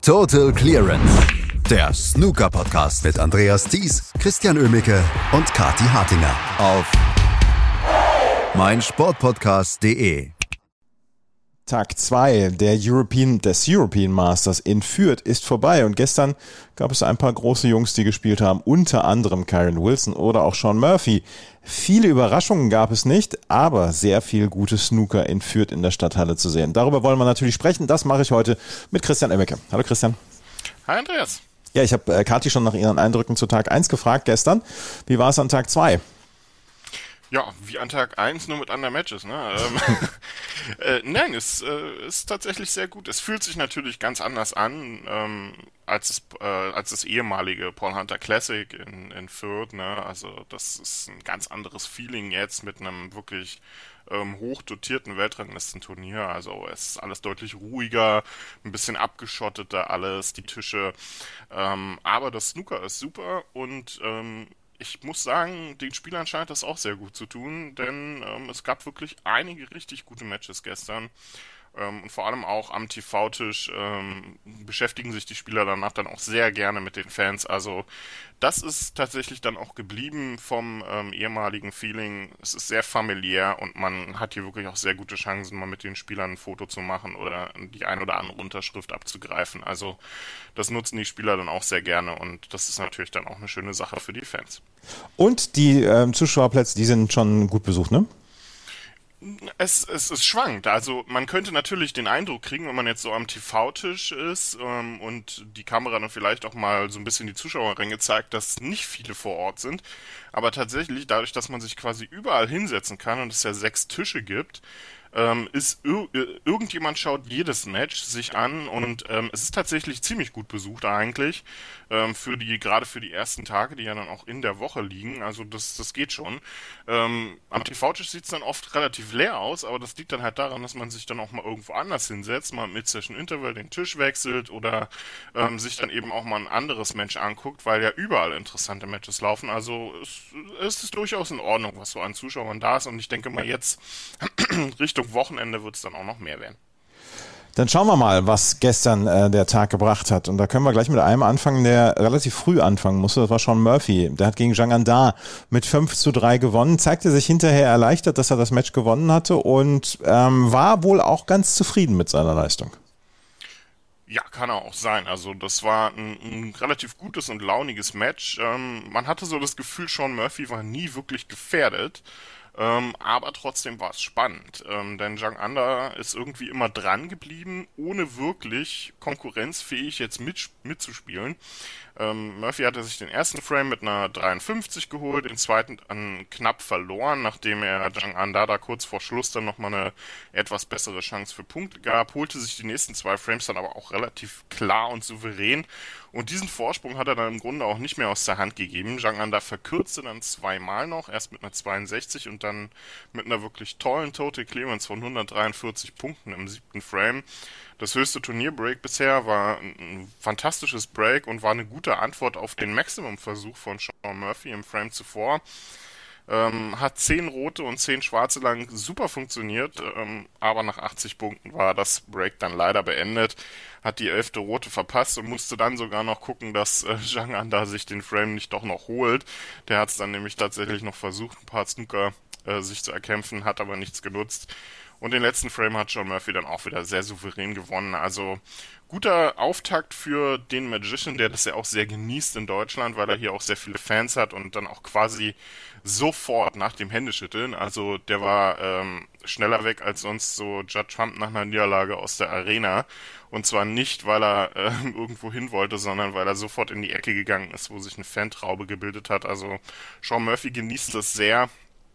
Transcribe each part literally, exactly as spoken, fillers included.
Total Clearance, der Snooker-Podcast mit Andreas Thies, Christian Oemicke und Kathi Hartinger auf meinsportpodcast punkt de. Tag zwei der European, des European Masters in Fürth ist vorbei und gestern gab es ein paar große Jungs, die gespielt haben, unter anderem Kyren Wilson oder auch Shaun Murphy. Viele Überraschungen gab es nicht, aber sehr viel gutes Snooker in Fürth in der Stadthalle zu sehen. Darüber wollen wir natürlich sprechen, das mache ich heute mit Christian Oemicke. Hallo Christian. Hi Andreas. Ja, ich habe äh, Kathi schon nach ihren Eindrücken zu Tag eins gefragt gestern. Wie war es an Tag zwei? Ja, wie an Tag eins, nur mit anderen Matches, ne? äh, nein, es äh, ist tatsächlich sehr gut. Es fühlt sich natürlich ganz anders an, ähm, als es, äh, als das ehemalige Paul Hunter Classic in, in Fürth, ne? Also das ist ein ganz anderes Feeling jetzt mit einem wirklich ähm, hochdotierten Weltranglistenturnier. Also es ist alles deutlich ruhiger, ein bisschen abgeschotteter alles, die Tische. Ähm, aber das Snooker ist super und ähm, ich muss sagen, den Spielern scheint das auch sehr gut zu tun, denn ähm, es gab wirklich einige richtig gute Matches gestern. Ähm, und vor allem auch am T V-Tisch ähm, beschäftigen sich die Spieler danach dann auch sehr gerne mit den Fans. Also das ist tatsächlich dann auch geblieben vom ähm, ehemaligen Feeling. Es ist sehr familiär und man hat hier wirklich auch sehr gute Chancen, mal mit den Spielern ein Foto zu machen oder die ein oder andere Unterschrift abzugreifen. Also das nutzen die Spieler dann auch sehr gerne und das ist natürlich dann auch eine schöne Sache für die Fans. Und die ähm, Zuschauerplätze, die sind schon gut besucht, ne? Es, es, es schwankt. Also man könnte natürlich den Eindruck kriegen, wenn man jetzt so am T V-Tisch ist ähm, und die Kamera dann vielleicht auch mal so ein bisschen die Zuschauerränge zeigt, dass nicht viele vor Ort sind. Aber tatsächlich, dadurch, dass man sich quasi überall hinsetzen kann und es ja sechs Tische gibt, ähm, ist ir- irgendjemand schaut jedes Match sich an und ähm, es ist tatsächlich ziemlich gut besucht eigentlich, ähm, für die, gerade für die ersten Tage, die ja dann auch in der Woche liegen, also das, das geht schon. Ähm, am T V-Tisch sieht es dann oft relativ leer aus, aber das liegt dann halt daran, dass man sich dann auch mal irgendwo anders hinsetzt, mal mit Session Interval den Tisch wechselt oder ähm, sich dann eben auch mal ein anderes Match anguckt, weil ja überall interessante Matches laufen, also es, es ist durchaus in Ordnung, was so an Zuschauern da ist und ich denke mal jetzt Richtung Wochenende wird es dann auch noch mehr werden. Dann schauen wir mal, was gestern äh, der Tag gebracht hat. Und da können wir gleich mit einem anfangen, der relativ früh anfangen musste. Das war Shaun Murphy. Der hat gegen Zhang Anda mit fünf zu drei gewonnen, zeigte sich hinterher erleichtert, dass er das Match gewonnen hatte und ähm, war wohl auch ganz zufrieden mit seiner Leistung. Ja, kann er auch sein. Also das war ein, ein relativ gutes und launiges Match. Ähm, man hatte so das Gefühl, Shaun Murphy war nie wirklich gefährdet. Ähm, aber trotzdem war es spannend, ähm, denn Zhang Anda ist irgendwie immer dran geblieben, ohne wirklich konkurrenzfähig jetzt mit, mitzuspielen. Ähm, Murphy hatte sich den ersten Frame mit einer dreiundfünfzig geholt, den zweiten dann knapp verloren, nachdem er Zhang Anda da kurz vor Schluss dann nochmal eine etwas bessere Chance für Punkte gab, holte sich die nächsten zwei Frames dann aber auch relativ klar und souverän. Und diesen Vorsprung hat er dann im Grunde auch nicht mehr aus der Hand gegeben. Zhang Anda verkürzte dann zweimal noch, erst mit einer zweiundsechzig und dann mit einer wirklich tollen Total Clearance von hundertdreiundvierzig Punkten im siebten Frame. Das höchste Turnierbreak bisher war ein fantastisches Break und war eine gute Antwort auf den Maximum-Versuch von Shaun Murphy im Frame zuvor. Ähm, hat zehn rote und zehn schwarze lang super funktioniert, ähm, aber nach achtzig Punkten war das Break dann leider beendet, hat die elfte rote verpasst und musste dann sogar noch gucken, dass äh, Zhang Anda sich den Frame nicht doch noch holt. Der hat es dann nämlich tatsächlich noch versucht, ein paar Snooker äh, sich zu erkämpfen, hat aber nichts genutzt. Und den letzten Frame hat Shaun Murphy dann auch wieder sehr souverän gewonnen. Also guter Auftakt für den Magician, der das ja auch sehr genießt in Deutschland, weil er hier auch sehr viele Fans hat und dann auch quasi sofort nach dem Händeschütteln. Also der war ähm, schneller weg als sonst so Judd Trump nach einer Niederlage aus der Arena. Und zwar nicht, weil er äh, irgendwo hin wollte, sondern weil er sofort in die Ecke gegangen ist, wo sich eine Fantraube gebildet hat. Also Shaun Murphy genießt das sehr,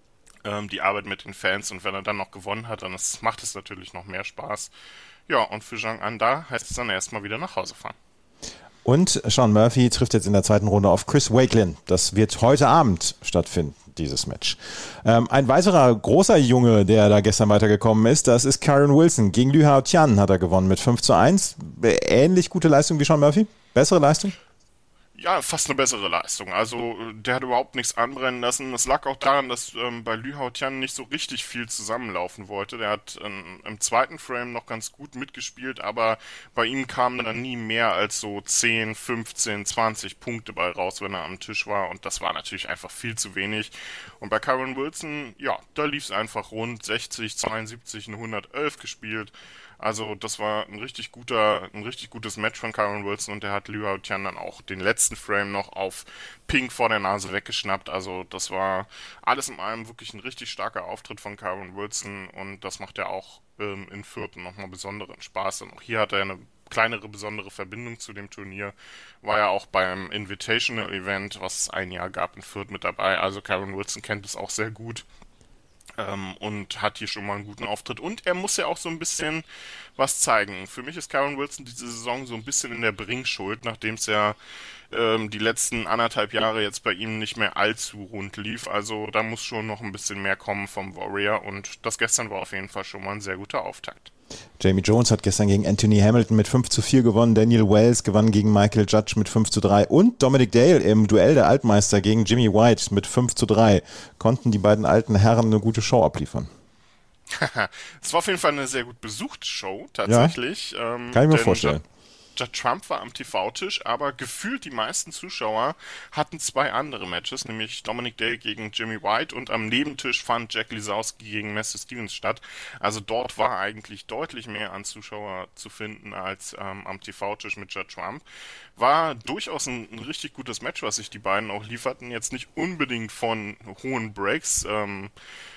die Arbeit mit den Fans und wenn er dann noch gewonnen hat, dann ist, macht es natürlich noch mehr Spaß. Ja, und für Zhang Anda heißt es dann erstmal wieder nach Hause fahren. Und Shaun Murphy trifft jetzt in der zweiten Runde auf Chris Wakelin. Das wird heute Abend stattfinden, dieses Match. Ähm, ein weiterer großer Junge, der da gestern weitergekommen ist, das ist Kyren Wilson. Gegen Liu Hao Tian hat er gewonnen mit fünf zu eins. Ähnlich gute Leistung wie Shaun Murphy? Bessere Leistung? Ja, fast eine bessere Leistung. Also der hat überhaupt nichts anbrennen lassen. Es lag auch daran, dass ähm, bei Lü Haotian nicht so richtig viel zusammenlaufen wollte. Der hat ähm, im zweiten Frame noch ganz gut mitgespielt, aber bei ihm kamen dann nie mehr als so zehn, fünfzehn, zwanzig Punkte bei raus, wenn er am Tisch war. Und das war natürlich einfach viel zu wenig. Und bei Kyren Wilson, ja, da lief es einfach rund. sechzig, zweiundsiebzig, hundertelf gespielt. Also das war ein richtig guter, ein richtig gutes Match von Kyren Wilson und der hat Lü Haotian dann auch den letzten Frame noch auf Pink vor der Nase weggeschnappt. Also das war alles in allem wirklich ein richtig starker Auftritt von Kyren Wilson und das macht ja auch ähm, in Vierten nochmal besonderen Spaß. Und auch hier hat er eine kleinere besondere Verbindung zu dem Turnier. War ja auch beim Invitational Event, was es ein Jahr gab, in Fürth mit dabei. Also Kyren Wilson kennt es auch sehr gut. Ähm, und hat hier schon mal einen guten Auftritt. Und er muss ja auch so ein bisschen was zeigen. Für mich ist Kyren Wilson diese Saison so ein bisschen in der Bringschuld, nachdem es ja ähm, die letzten anderthalb Jahre jetzt bei ihm nicht mehr allzu rund lief. Also da muss schon noch ein bisschen mehr kommen vom Warrior. Und das gestern war auf jeden Fall schon mal ein sehr guter Auftakt. Jamie Jones hat gestern gegen Anthony Hamilton mit fünf zu vier gewonnen, Daniel Wells gewann gegen Michael Judge mit fünf zu drei und Dominic Dale im Duell der Altmeister gegen Jimmy White mit fünf zu drei. Konnten die beiden alten Herren eine gute Show abliefern. Es war auf jeden Fall eine sehr gut besuchte Show, tatsächlich. Ja, ähm, kann ich mir vorstellen. Judd Trump war am T V-Tisch, aber gefühlt die meisten Zuschauer hatten zwei andere Matches, nämlich Dominic Dale gegen Jimmy White und am Nebentisch fand Jack Lisowski gegen Matthew Stevens statt. Also dort war eigentlich deutlich mehr an Zuschauer zu finden als ähm, am T V-Tisch mit Judd Trump. War durchaus ein, ein richtig gutes Match, was sich die beiden auch lieferten. Jetzt nicht unbedingt von hohen Breaks, ähm,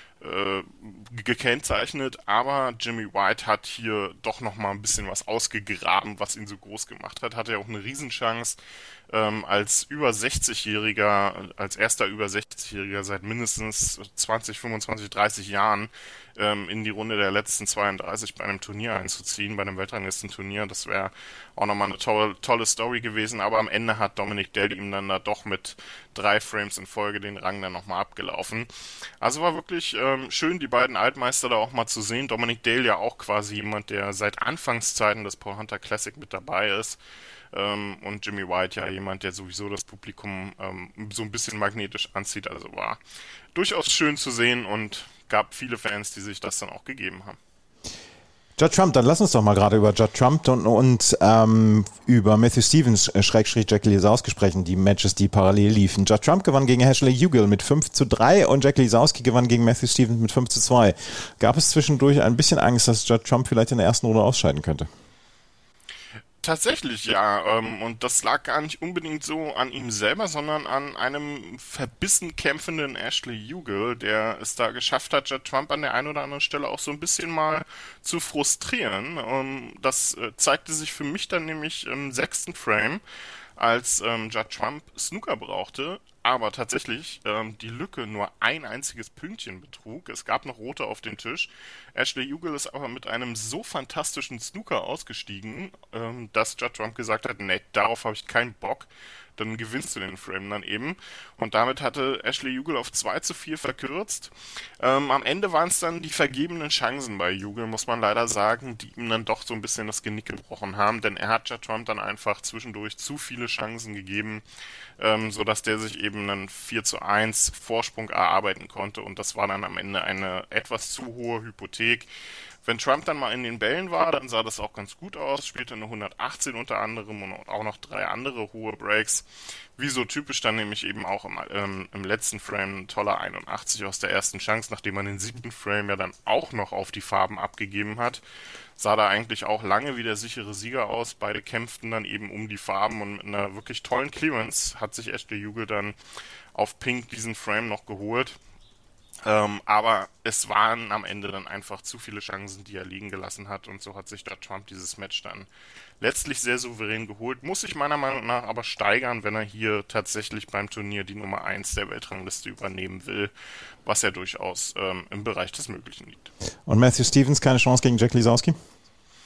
gekennzeichnet, aber Jimmy White hat hier doch nochmal ein bisschen was ausgegraben, was ihn so groß gemacht hat. Hatte ja auch eine Riesenchance ähm, als über sechzigjähriger, als erster über sechzigjähriger seit mindestens zwanzig, fünfundzwanzig, dreißig Jahren ähm, in die Runde der letzten zweiunddreißig bei einem Turnier einzuziehen, bei einem Weltranglistenturnier. Das wäre auch nochmal eine tolle, tolle Story gewesen, aber am Ende hat Dominic Dale ihm dann da doch mit drei Frames in Folge den Rang dann nochmal abgelaufen. Also war wirklich ähm, schön, die beiden Altmeister da auch mal zu sehen. Dominic Dale ja auch quasi jemand, der seit Anfangszeiten des Paul Hunter Classic mit dabei ist. Ähm, und Jimmy White ja jemand, der sowieso das Publikum ähm, so ein bisschen magnetisch anzieht. Also war durchaus schön zu sehen und gab viele Fans, die sich das dann auch gegeben haben. Judd Trump, dann lass uns doch mal gerade über Judd Trump und, und ähm, über Matthew Stevens, äh, Schrägstrich Jack Lisowski sprechen, die Matches, die parallel liefen. Judd Trump gewann gegen Ashley Ugill mit fünf zu drei und Jack Lisowski gewann gegen Matthew Stevens mit fünf zu zwei. Gab es zwischendurch ein bisschen Angst, dass Judd Trump vielleicht in der ersten Runde ausscheiden könnte? Tatsächlich, ja. Ähm, und das lag gar nicht unbedingt so an ihm selber, sondern an einem verbissen kämpfenden Ashley Ugill, der es da geschafft hat, Judd Trump an der einen oder anderen Stelle auch so ein bisschen mal zu frustrieren. Ähm, das äh, zeigte sich für mich dann nämlich im sechsten Frame, als ähm, Judd Trump Snooker brauchte, aber tatsächlich ähm, die Lücke nur ein einziges Pünktchen betrug. Es gab noch Rote auf dem Tisch. Ashley Ugill ist aber mit einem so fantastischen Snooker ausgestiegen, ähm, dass Judd Trump gesagt hat, nee, darauf habe ich keinen Bock. Dann gewinnst du den Frame dann eben. Und damit hatte Ashley Ugill auf zwei zu vier verkürzt. Ähm, am Ende waren es dann die vergebenen Chancen bei Ugill, muss man leider sagen, die ihm dann doch so ein bisschen das Genick gebrochen haben, denn er hat Judd Trump dann einfach zwischendurch zu viele Chancen gegeben, ähm, sodass der sich eben einen vier zu eins Vorsprung erarbeiten konnte und das war dann am Ende eine etwas zu hohe Hypothek. Wenn Trump dann mal in den Bällen war, dann sah das auch ganz gut aus, spielte eine hundertachtzehn unter anderem und auch noch drei andere hohe Breaks. Wie so typisch dann nämlich eben auch im, ähm, im letzten Frame ein toller einundachtzig aus der ersten Chance, nachdem man den siebten Frame ja dann auch noch auf die Farben abgegeben hat. Sah da eigentlich auch lange wie der sichere Sieger aus. Beide kämpften dann eben um die Farben und mit einer wirklich tollen Clearance hat sich Ashley Ugill dann auf Pink diesen Frame noch geholt. Ähm, aber es waren am Ende dann einfach zu viele Chancen, die er liegen gelassen hat und so hat sich da Trump dieses Match dann letztlich sehr souverän geholt. Muss sich meiner Meinung nach aber steigern, wenn er hier tatsächlich beim Turnier die Nummer eins der Weltrangliste übernehmen will, was ja durchaus ähm, im Bereich des Möglichen liegt. Und Matthew Stevens keine Chance gegen Jack Lisowski?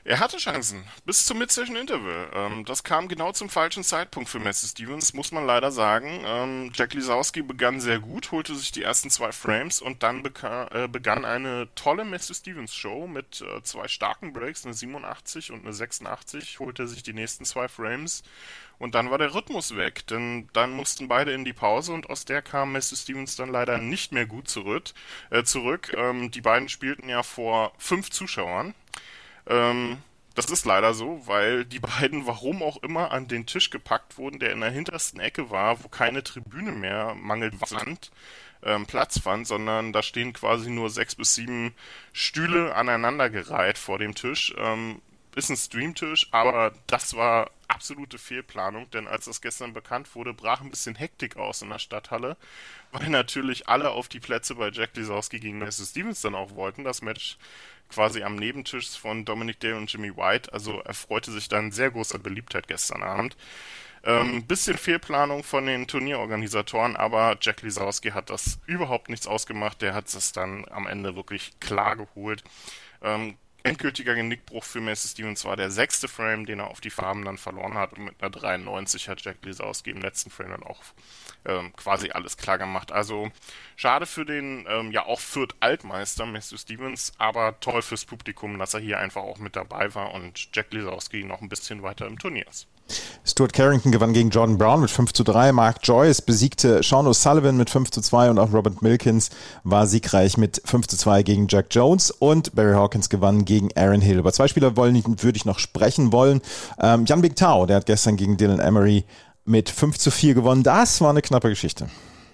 Er hatte Chancen, bis zum Mid-Session Interval. Ähm, das kam genau zum falschen Zeitpunkt für Matthew Stevens, muss man leider sagen. Ähm, Jack Lisowski begann sehr gut, holte sich die ersten zwei Frames und dann beka- äh, begann eine tolle Matthew Stevens Show mit äh, zwei starken Breaks, eine siebenundachtzig und eine sechsundachtzig, holte er sich die nächsten zwei Frames und dann war der Rhythmus weg, denn dann mussten beide in die Pause und aus der kam Matthew Stevens dann leider nicht mehr gut zurück. Äh, zurück. Ähm, die beiden spielten ja vor fünf Zuschauern. Ähm, Das ist leider so, weil die beiden, warum auch immer, an den Tisch gepackt wurden, der in der hintersten Ecke war, wo keine Tribüne mehr mangelt Wand, ähm, Platz fand, sondern da stehen quasi nur sechs bis sieben Stühle aneinandergereiht vor dem Tisch. Ähm, ist ein Streamtisch, aber das war absolute Fehlplanung, denn als das gestern bekannt wurde, brach ein bisschen Hektik aus in der Stadthalle, weil natürlich alle auf die Plätze bei Jack Lisowski gegen Matthew Stevens dann auch wollten. Das Match quasi am Nebentisch von Dominic Day und Jimmy White, also erfreute sich dann sehr großer Beliebtheit gestern Abend. Ähm, bisschen Fehlplanung von den Turnierorganisatoren, aber Jack Lisowski hat das überhaupt nichts ausgemacht, der hat es dann am Ende wirklich klar geholt. Ähm, Endgültiger Genickbruch für Matthew Stevens war der sechste Frame, den er auf die Farben dann verloren hat. Und mit einer dreiundneunzig hat Jack Lisowski im letzten Frame dann auch ähm, quasi alles klar gemacht. Also schade für den ähm, ja auch Viert-Altmeister Matthew Stevens, aber toll fürs Publikum, dass er hier einfach auch mit dabei war und Jack Lisowski noch ein bisschen weiter im Turnier ist. Stuart Carrington gewann gegen Jordan Brown mit fünf zu drei. Mark Joyce besiegte Sean O'Sullivan mit fünf zu zwei und auch Robert Milkins war siegreich mit fünf zu zwei gegen Jack Jones und Barry Hawkins gewann gegen Aaron Hill. Über zwei Spieler wollen, würde ich noch sprechen wollen. Ähm, Yan Bingtao, der hat gestern gegen Dylan Emery mit fünf zu vier gewonnen. Das war eine knappe Geschichte.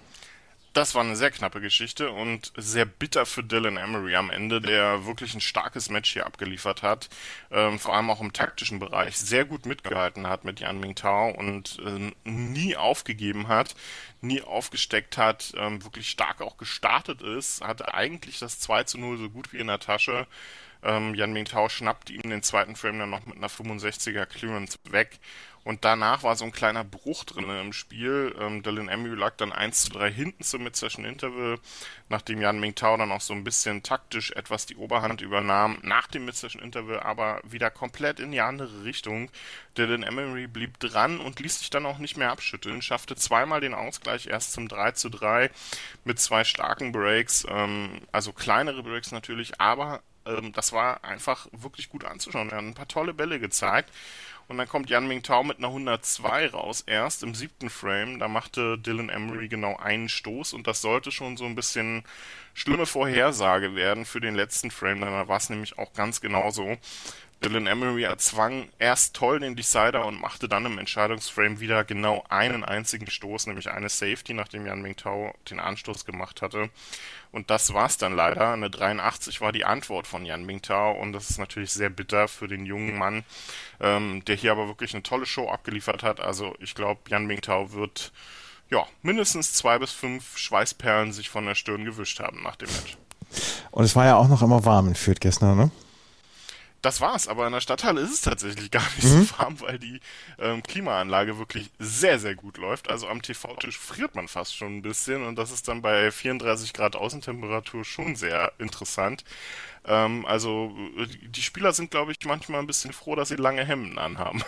Das war eine sehr knappe Geschichte und sehr bitter für Dylan Emery am Ende, der wirklich ein starkes Match hier abgeliefert hat, ähm, vor allem auch im taktischen Bereich sehr gut mitgehalten hat mit Yan Bingtao und äh, nie aufgegeben hat, nie aufgesteckt hat, ähm, wirklich stark auch gestartet ist, hatte eigentlich das zwei zu null so gut wie in der Tasche. Ähm, Yan Bingtao schnappt ihm den zweiten Frame dann noch mit einer fünfundsechziger Clearance weg. Und danach war so ein kleiner Bruch drin im Spiel. Ähm, Dylan Emery lag dann eins zu drei hinten zum Mid-Session Interval, nachdem Yan Bingtao dann auch so ein bisschen taktisch etwas die Oberhand übernahm. Nach dem Mid-Session Interval aber wieder komplett in die andere Richtung. Dylan Emery blieb dran und ließ sich dann auch nicht mehr abschütteln, schaffte zweimal den Ausgleich, erst zum drei zu drei mit zwei starken Breaks, ähm, also kleinere Breaks natürlich, aber ähm, das war einfach wirklich gut anzuschauen. Er hat ein paar tolle Bälle gezeigt. Und dann kommt Yan Bingtao mit einer hundertzwei raus, erst im siebten Frame. Da machte Dylan Emery genau einen Stoß und das sollte schon so ein bisschen schlimme Vorhersage werden für den letzten Frame. Dann war es nämlich auch ganz genauso. Dylan Emery erzwang erst toll den Decider und machte dann im Entscheidungsframe wieder genau einen einzigen Stoß, nämlich eine Safety, nachdem Yan Bingtao den Anstoß gemacht hatte. Und das war's dann leider. Eine dreiundachtzig war die Antwort von Yan Bingtao und das ist natürlich sehr bitter für den jungen Mann, ähm, der hier aber wirklich eine tolle Show abgeliefert hat. Also ich glaube, Yan Bingtao wird ja mindestens zwei bis fünf Schweißperlen sich von der Stirn gewischt haben nach dem Match. Und es war ja auch noch immer warm in Fürth gestern, ne? Das war's, aber in der Stadthalle ist es tatsächlich gar nicht Mhm. so warm, weil die ähm, Klimaanlage wirklich sehr, sehr gut läuft. Also am T V-Tisch friert man fast schon ein bisschen und das ist dann bei vierunddreißig Grad Außentemperatur schon sehr interessant. Ähm, also die Spieler sind, glaube ich, manchmal ein bisschen froh, dass sie lange Hemden anhaben.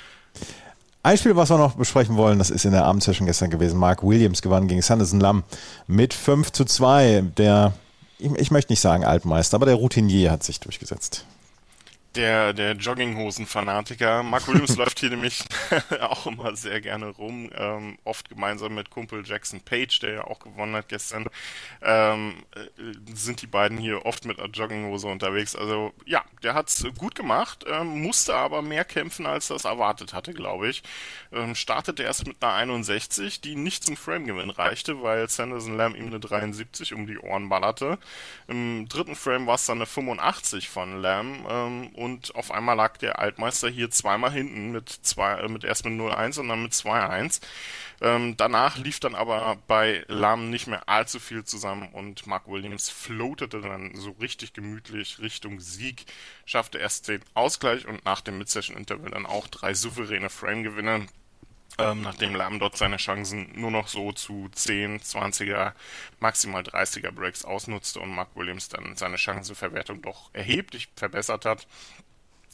Ein Spiel, was wir noch besprechen wollen, das ist in der Abendsession gestern gewesen. Mark Williams gewann gegen Sanderson Lam mit fünf zu zwei. Der, ich, ich möchte nicht sagen Altmeister, aber der Routinier hat sich durchgesetzt. Der, der Jogginghosen-Fanatiker. Mark Williams läuft hier nämlich auch immer sehr gerne rum, ähm, oft gemeinsam mit Kumpel Jackson Page, der ja auch gewonnen hat gestern, ähm, äh, sind die beiden hier oft mit einer Jogginghose unterwegs. Also ja, der hat's gut gemacht, ähm, musste aber mehr kämpfen, als das erwartet hatte, glaube ich. Ähm, startete erst mit einer einundsechzig, die nicht zum Frame-Gewinn reichte, weil Sanderson Lam ihm eine dreiundsiebzig um die Ohren ballerte. Im dritten Frame war es dann eine fünfundachtzig von Lam, ähm, und auf einmal lag der Altmeister hier zweimal hinten mit zwei, äh, mit erst mit null eins und dann mit zwei eins. Ähm, danach lief dann aber bei Lam nicht mehr allzu viel zusammen und Mark Williams floatete dann so richtig gemütlich Richtung Sieg, schaffte erst den Ausgleich und nach dem Mid-Session-Interval dann auch drei souveräne Frame-Gewinne. Ähm, nachdem Lam dort seine Chancen nur noch so zu zehn, zwanziger, maximal dreißiger Breaks ausnutzte und Mark Williams dann seine Chancenverwertung doch erheblich verbessert hat.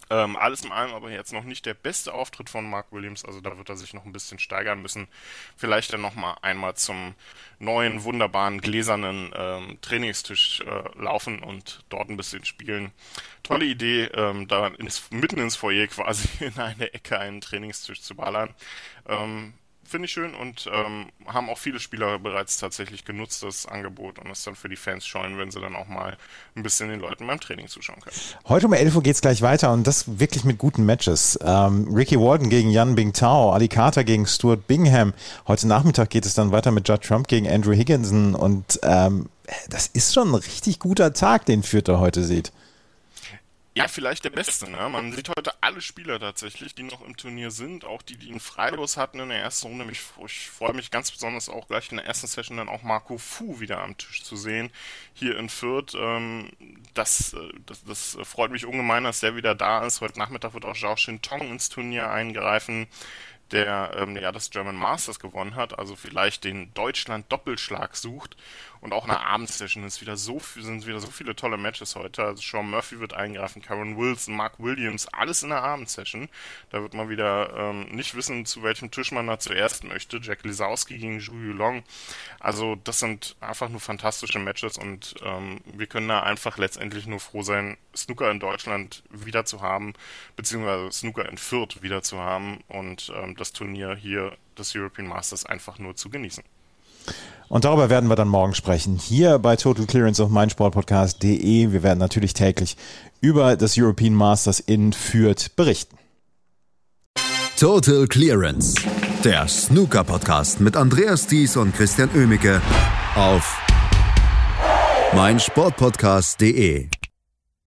Ähm, alles in allem aber jetzt noch nicht der beste Auftritt von Mark Williams, also da wird er sich noch ein bisschen steigern müssen. Vielleicht dann nochmal einmal zum neuen, wunderbaren, gläsernen ähm, Trainingstisch äh, laufen und dort ein bisschen spielen. Tolle Idee, ähm, da ins, mitten ins Foyer quasi in eine Ecke einen Trainingstisch zu ballern. Ähm, Finde ich schön und ähm, haben auch viele Spieler bereits tatsächlich genutzt, das Angebot, und es dann für die Fans scheuen, wenn sie dann auch mal ein bisschen den Leuten beim Training zuschauen können. Heute um elf Uhr geht es gleich weiter und das wirklich mit guten Matches. Ähm, Ricky Walton gegen Yan Bingtao, Ali Carter gegen Stuart Bingham. Heute Nachmittag geht es dann weiter mit Judd Trump gegen Andrew Higginson und ähm, das ist schon ein richtig guter Tag, den Fürth da heute sieht. Ja, vielleicht der beste. Ne? Man sieht heute alle Spieler tatsächlich, die noch im Turnier sind, auch die, die einen Freilos hatten in der ersten Runde. Ich, ich freue mich ganz besonders auch gleich in der ersten Session dann auch Marco Fu wieder am Tisch zu sehen, hier in Fürth. Ähm, das, das, das freut mich ungemein, dass der wieder da ist. Heute Nachmittag wird auch Zhao Xintong ins Turnier eingreifen, der ähm, ja das German Masters gewonnen hat, also vielleicht den Deutschland-Doppelschlag sucht. Und auch in der Abendsession ist wieder so, sind wieder so viele tolle Matches heute. Also Sean Murphy wird eingreifen, Karen Wilson, Mark Williams, alles in der Abendsession. Da wird man wieder ähm, nicht wissen, zu welchem Tisch man da zuerst möchte. Jack Lisowski gegen Zhu Yulong. Also das sind einfach nur fantastische Matches und ähm, wir können da einfach letztendlich nur froh sein, Snooker in Deutschland wieder zu haben, beziehungsweise Snooker in Fürth wieder zu haben und ähm, das Turnier hier, das European Masters, einfach nur zu genießen. Und darüber werden wir dann morgen sprechen, hier bei Total Clearance auf meinsportpodcast punkt de. Wir werden natürlich täglich über das European Masters in Fürth berichten. Total Clearance, der Snooker-Podcast mit Andreas Thies und Christian Oemicke auf meinsportpodcast punkt de.